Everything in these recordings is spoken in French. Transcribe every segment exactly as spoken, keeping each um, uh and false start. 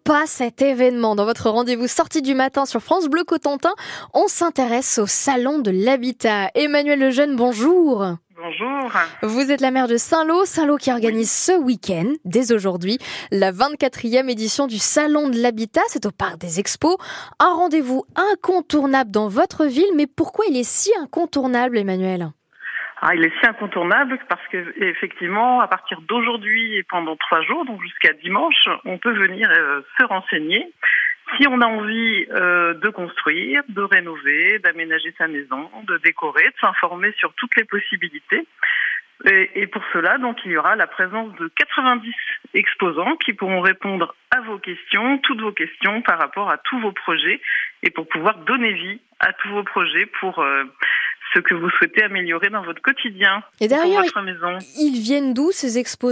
pas cet événement. Dans votre rendez-vous sortie du matin sur France Bleu Cotentin, on s'intéresse au Salon de l'Habitat. Emmanuelle Lejeune, bonjour. Bonjour. Vous êtes la maire de Saint-Lô, Saint-Lô qui organise ce week-end, dès aujourd'hui, la vingt-quatrième édition du Salon de l'Habitat. C'est au Parc des Expos. Un rendez-vous incontournable dans votre ville. Mais pourquoi il est si incontournable, Emmanuelle ? Ah, il est si incontournable parce que effectivement, à partir d'aujourd'hui et pendant trois jours, donc jusqu'à dimanche, on peut venir euh, se renseigner. Si on a envie euh, de construire, de rénover, d'aménager sa maison, de décorer, de s'informer sur toutes les possibilités. Et, et pour cela, donc, il y aura la présence de quatre-vingt-dix exposants qui pourront répondre à vos questions, toutes vos questions par rapport à tous vos projets et pour pouvoir donner vie à tous vos projets pour euh, ce que vous souhaitez améliorer dans votre quotidien et derrière, pour votre maison. Ils viennent d'où, ces exposants ?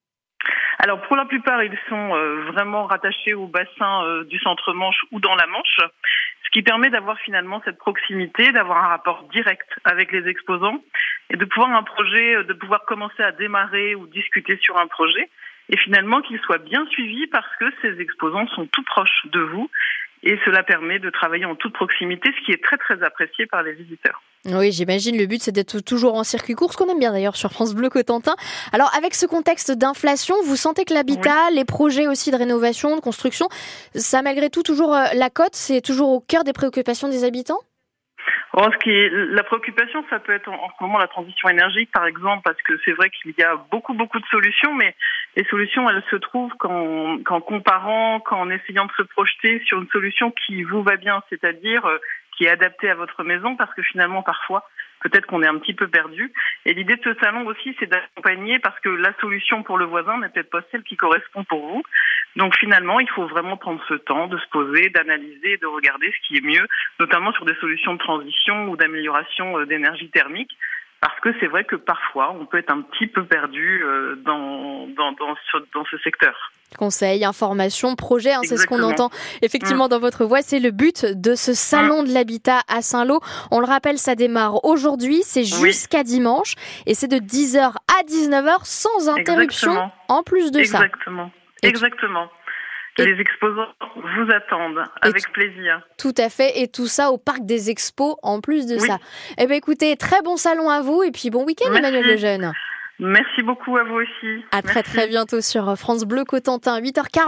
Alors, pour la plupart, ils sont euh, vraiment rattachés au bassin euh, du Centre-Manche ou dans la Manche, ce qui permet d'avoir finalement cette proximité, d'avoir un rapport direct avec les exposants et de pouvoir un projet, de pouvoir commencer à démarrer ou discuter sur un projet et finalement qu'il soit bien suivi parce que ces exposants sont tout proches de vous et cela permet de travailler en toute proximité, ce qui est très très apprécié par les visiteurs. Oui, j'imagine. Le but, c'est d'être toujours en circuit court, ce qu'on aime bien d'ailleurs sur France Bleu Cotentin. Alors, avec ce contexte d'inflation, vous sentez que l'habitat, oui. les projets aussi de rénovation, de construction, ça malgré tout toujours euh, la cote, c'est toujours au cœur des préoccupations des habitants ? Oh, ce qui est, la préoccupation, ça peut être en, en ce moment la transition énergique, par exemple, parce que c'est vrai qu'il y a beaucoup, beaucoup de solutions, mais les solutions, elles se trouvent qu'en, qu'en comparant, qu'en essayant de se projeter sur une solution qui vous va bien, c'est-à-dire euh, qui est adaptée à votre maison, parce que finalement, parfois, peut-être qu'on est un petit peu perdu. Et l'idée de ce salon aussi, c'est d'accompagner, parce que la solution pour le voisin n'est peut-être pas celle qui correspond pour vous. Donc finalement, il faut vraiment prendre ce temps de se poser, d'analyser, de regarder ce qui est mieux, notamment sur des solutions de transition ou d'amélioration d'énergie thermique, parce que c'est vrai que parfois, on peut être un petit peu perdu dans, dans, dans, ce, dans ce secteur. Conseils, informations, projets, hein, c'est ce qu'on entend effectivement mmh. dans votre voix. C'est le but de ce Salon mmh. de l'Habitat à Saint-Lô. On le rappelle, ça démarre aujourd'hui, c'est jusqu'à oui. dimanche et c'est de dix heures à dix-neuf heures sans interruption. Exactement. En plus de Exactement. ça. Exactement. Exactement. Et les exposants vous attendent avec t- plaisir. Tout à fait. Et tout ça au Parc des Expos en plus de oui. ça. Eh bien, écoutez, très bon salon à vous et puis bon week-end, Merci. Emmanuelle Lejeune. Merci beaucoup à vous aussi. À très Merci. très bientôt sur France Bleu Cotentin, huit heures quarante.